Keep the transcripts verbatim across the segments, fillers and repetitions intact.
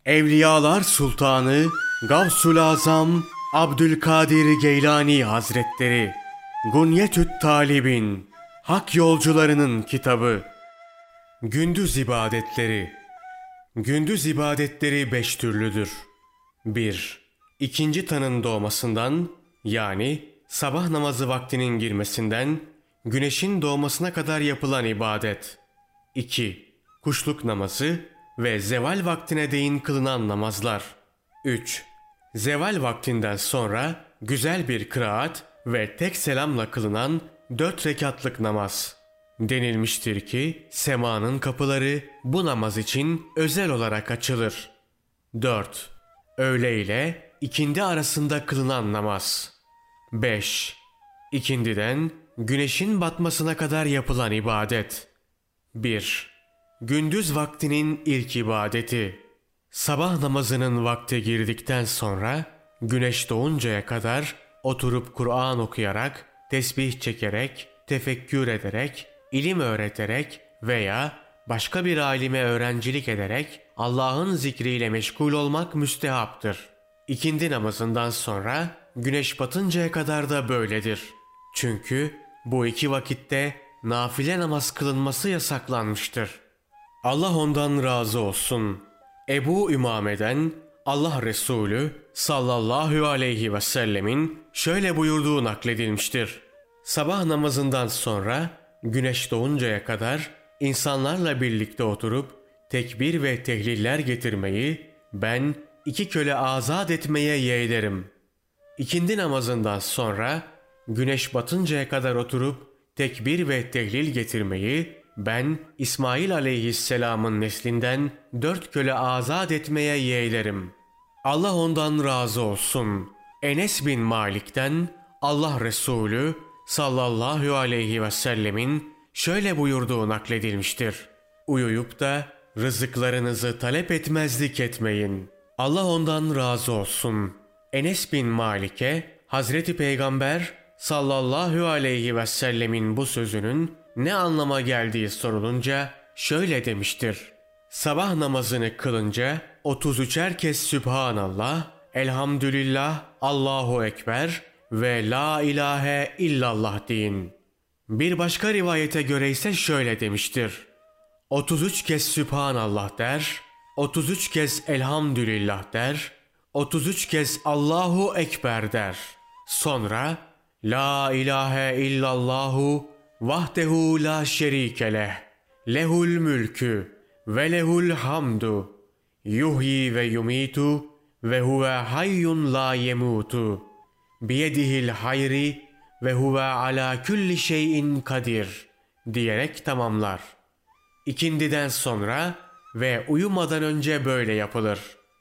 Evliyalar Sultanı Gavsul Azam Abdülkadir Geylani Hazretleri Gunyetü't Talibin Hak Yolcularının Kitabı. Gündüz ibadetleri. Gündüz ibadetleri beş türlüdür. bir. İkinci tanın doğmasından, yani sabah namazı vaktinin girmesinden güneşin doğmasına kadar yapılan ibadet. iki. Kuşluk namazı ve zeval vaktine değin kılınan namazlar. üç. Zeval vaktinden sonra güzel bir kıraat ve tek selamla kılınan dört rekatlık namaz. Denilmiştir ki semanın kapıları bu namaz için özel olarak açılır. dört. Öğle ile ikindi arasında kılınan namaz. beş. İkindiden güneşin batmasına kadar yapılan ibadet. bir. Gündüz vaktinin ilk ibadeti. Sabah namazının vakti girdikten sonra güneş doğuncaya kadar oturup Kur'an okuyarak, tesbih çekerek, tefekkür ederek, ilim öğreterek veya başka bir alime öğrencilik ederek Allah'ın zikriyle meşgul olmak müstehaptır. İkindi namazından sonra güneş batıncaya kadar da böyledir. Çünkü bu iki vakitte nafile namaz kılınması yasaklanmıştır. Allah ondan razı olsun. Ebu Ümame'den Allah Resulü sallallahu aleyhi ve sellemin şöyle buyurduğu nakledilmiştir. Sabah namazından sonra güneş doğuncaya kadar insanlarla birlikte oturup tekbir ve tehliller getirmeyi ben iki köle azat etmeye yeğlerim. İkindi namazından sonra güneş batıncaya kadar oturup tekbir ve tehlil getirmeyi ben İsmail aleyhisselamın neslinden dört köle azat etmeye yeğlerim. Allah ondan razı olsun. Enes bin Malik'ten Allah Resulü sallallahu aleyhi ve sellemin şöyle buyurduğu nakledilmiştir. Uyuyup da rızıklarınızı talep etmezlik etmeyin. Allah ondan razı olsun. Enes bin Malik'e Hazreti Peygamber sallallahu aleyhi ve sellemin bu sözünün ne anlama geldiği sorulunca şöyle demiştir. Sabah namazını kılınca otuz üçer kez Sübhanallah, Elhamdülillah, Allahu Ekber ve La ilahe illallah deyin. Bir başka rivayete göre ise şöyle demiştir. otuz üç kez Sübhanallah der, otuz üç kez Elhamdülillah der, otuz üç kez Allahu Ekber der. Sonra La ilahe illallahu vahdehu la şerike leh, lehul mülkü ve lehul hamdu, yuhyi ve yumitu ve huve hayyun la yemutu, biyedihil hayri ve huve ala külli şeyin kadir diyerek tamamlar. İkindiden sonra ve uyumadan önce böyle yapılır.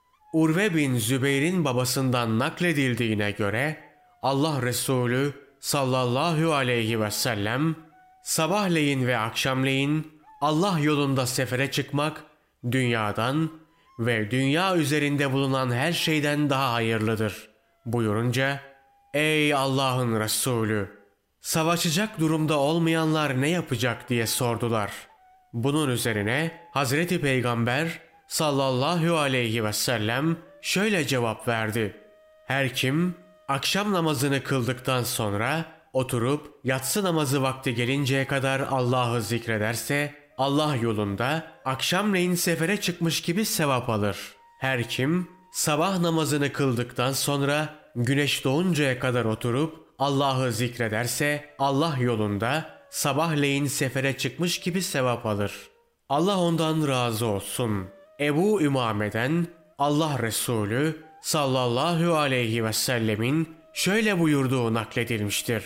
Urve bin Zübeyir'in babasından nakledildiğine göre Allah Resulü sallallahu aleyhi ve sellem sabahleyin ve akşamleyin Allah yolunda sefere çıkmak dünyadan ve dünya üzerinde bulunan her şeyden daha hayırlıdır buyurunca ey Allah'ın Resulü, savaşacak durumda olmayanlar ne yapacak diye sordular. Bunun üzerine Hazreti Peygamber sallallahu aleyhi ve sellem şöyle cevap verdi. Her kim akşam namazını kıldıktan sonra oturup yatsı namazı vakti gelinceye kadar Allah'ı zikrederse Allah yolunda akşamleyin sefere çıkmış gibi sevap alır. Her kim sabah namazını kıldıktan sonra güneş doğuncaya kadar oturup Allah'ı zikrederse Allah yolunda sabahleyin sefere çıkmış gibi sevap alır. Allah ondan razı olsun. Ebu Ümame'den Allah Resulü sallallahu aleyhi ve sellemin şöyle buyurduğu nakledilmiştir.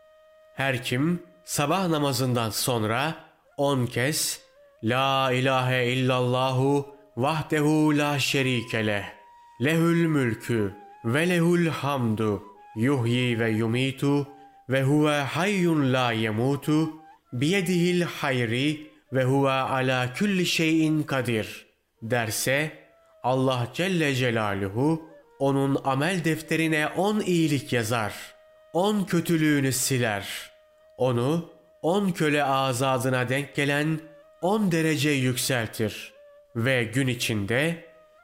Her kim sabah namazından sonra on kez La ilahe illallahu vahdehu la şerike leh, lehül mülkü ve lehül hamdu, yuhyi ve yumitu ve huve hayyun la yemutu, biyedihil hayri ve huve ala külli şeyin kadir derse Allah Celle Celaluhu onun amel defterine on iyilik yazar, on kötülüğünü siler. Onu on köle azadına denk gelen on derece yükseltir ve gün içinde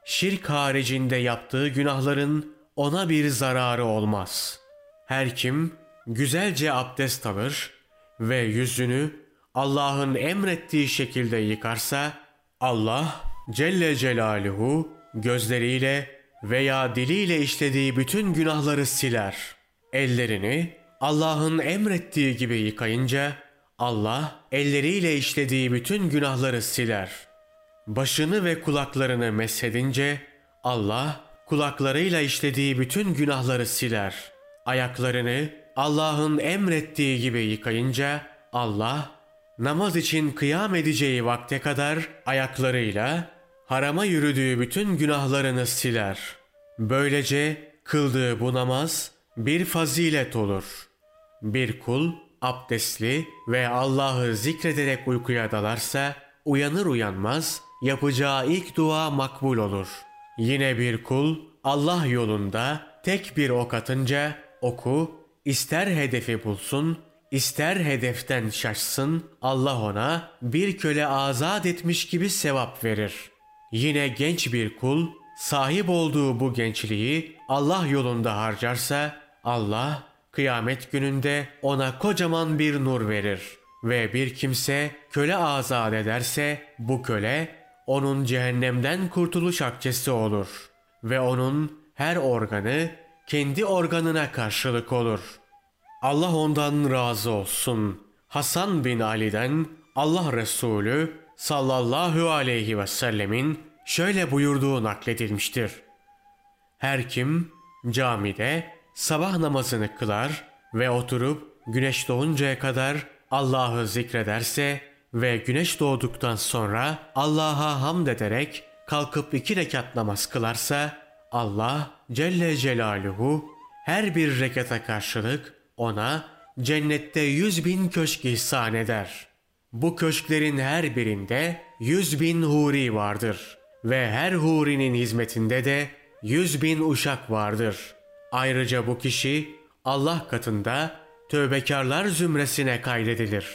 şirk haricinde yaptığı günahların ona bir zararı olmaz. Her kim güzelce abdest alır ve yüzünü Allah'ın emrettiği şekilde yıkarsa, Allah Celle Celaluhu gözleriyle veya diliyle işlediği bütün günahları siler. Ellerini Allah'ın emrettiği gibi yıkayınca Allah elleriyle işlediği bütün günahları siler. Başını ve kulaklarını meshedince Allah kulaklarıyla işlediği bütün günahları siler. Ayaklarını Allah'ın emrettiği gibi yıkayınca Allah namaz için kıyam edeceği vakte kadar ayaklarıyla harama yürüdüğü bütün günahlarını siler. Böylece kıldığı bu namaz bir fazilet olur. Bir kul abdestli ve Allah'ı zikrederek uykuya dalarsa uyanır uyanmaz yapacağı ilk dua makbul olur. Yine bir kul Allah yolunda tek bir ok atınca oku ister hedefi bulsun, ister hedeften şaşsın, Allah ona bir köle azat etmiş gibi sevap verir. Yine genç bir kul sahip olduğu bu gençliği Allah yolunda harcarsa Allah kıyamet gününde ona kocaman bir nur verir. Ve bir kimse köle azat ederse bu köle onun cehennemden kurtuluş akçesi olur. Ve onun her organı kendi organına karşılık olur. Allah ondan razı olsun. Hasan bin Ali'den Allah Resulü sallallahu aleyhi ve sellemin şöyle buyurduğu nakledilmiştir. Her kim camide sabah namazını kılar ve oturup güneş doğuncaya kadar Allah'ı zikrederse ve güneş doğduktan sonra Allah'a hamd ederek kalkıp iki rekat namaz kılarsa Allah Celle Celaluhu her bir rekata karşılık ona cennette yüz bin köşk ihsan eder. Bu köşklerin her birinde yüz bin huri vardır ve her hurinin hizmetinde de yüz bin uşak vardır. Ayrıca bu kişi Allah katında tövbekarlar zümresine kaydedilir.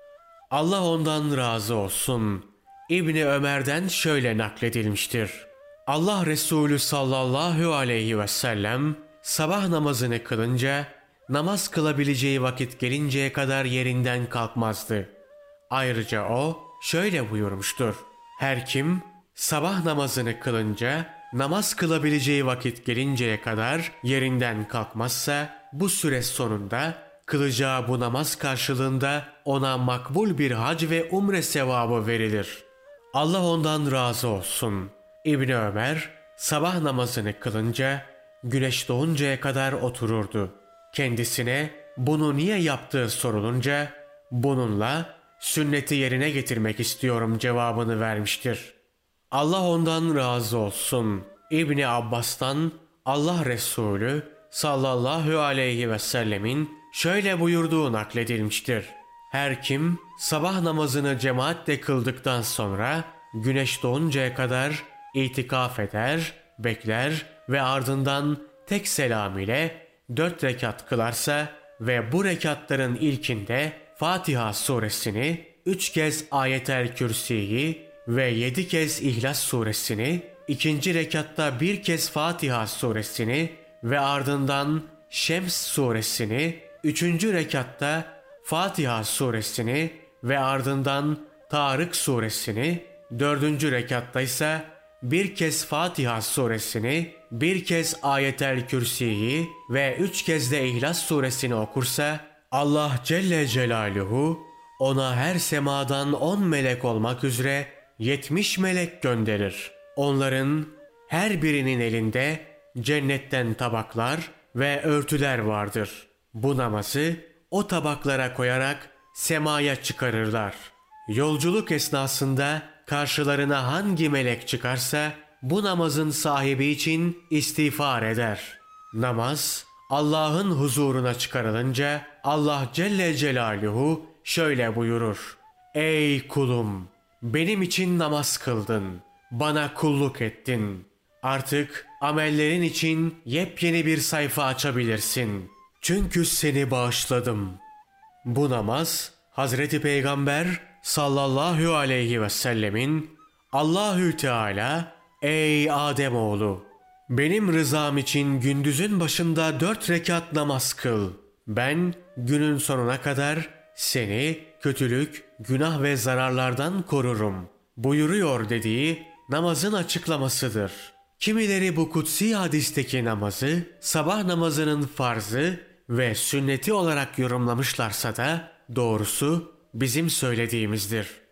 Allah ondan razı olsun. İbni Ömer'den şöyle nakledilmiştir. Allah Resulü sallallahu aleyhi ve sellem sabah namazını kılınca namaz kılabileceği vakit gelinceye kadar yerinden kalkmazdı. Ayrıca o şöyle buyurmuştur. Her kim sabah namazını kılınca namaz kılabileceği vakit gelinceye kadar yerinden kalkmazsa bu süre sonunda kılacağı bu namaz karşılığında ona makbul bir hac ve umre sevabı verilir. Allah ondan razı olsun. İbni Ömer sabah namazını kılınca güneş doğuncaya kadar otururdu. Kendisine bunu niye yaptığı sorulunca bununla sünneti yerine getirmek istiyorum cevabını vermiştir. Allah ondan razı olsun. İbni Abbas'tan Allah Resulü sallallahu aleyhi ve sellemin şöyle buyurduğu nakledilmiştir. Her kim sabah namazını cemaatle kıldıktan sonra güneş doğuncaya kadar itikaf eder, bekler ve ardından tek selam ile dört rekat kılarsa ve bu rekatların ilkinde Fatiha suresini, üç kez Ayetel Kürsi'yi ve yedi kez İhlas suresini, ikinci rekatta bir kez Fatiha suresini ve ardından Şems suresini, üçüncü rekatta Fatiha suresini ve ardından Tarık suresini, dördüncü rekatta ise bir kez Fatiha suresini, bir kez Ayetel Kürsi'yi ve üç kez de İhlas suresini okursa Allah Celle Celaluhu ona her semadan on melek olmak üzere yetmiş melek gönderir. Onların her birinin elinde cennetten tabaklar ve örtüler vardır. Bu namazı o tabaklara koyarak semaya çıkarırlar. Yolculuk esnasında karşılarına hangi melek çıkarsa bu namazın sahibi için istiğfar eder. Namaz Allah'ın huzuruna çıkarılınca Allah Celle Celaluhu şöyle buyurur. Ey kulum! Benim için namaz kıldın. Bana kulluk ettin. Artık amellerin için yepyeni bir sayfa açabilirsin. Çünkü seni bağışladım. Bu namaz Hazreti Peygamber sallallahu aleyhi ve sellemin Allahü Teala Ey Ademoğlu! Benim rızam için gündüzün başında dört rekat namaz kıl. Ben günün sonuna kadar seni kötülük, günah ve zararlardan korurum buyuruyor dediği namazın açıklamasıdır. Kimileri bu kutsi hadisteki namazı sabah namazının farzı ve sünneti olarak yorumlamışlarsa da doğrusu bizim söylediğimizdir.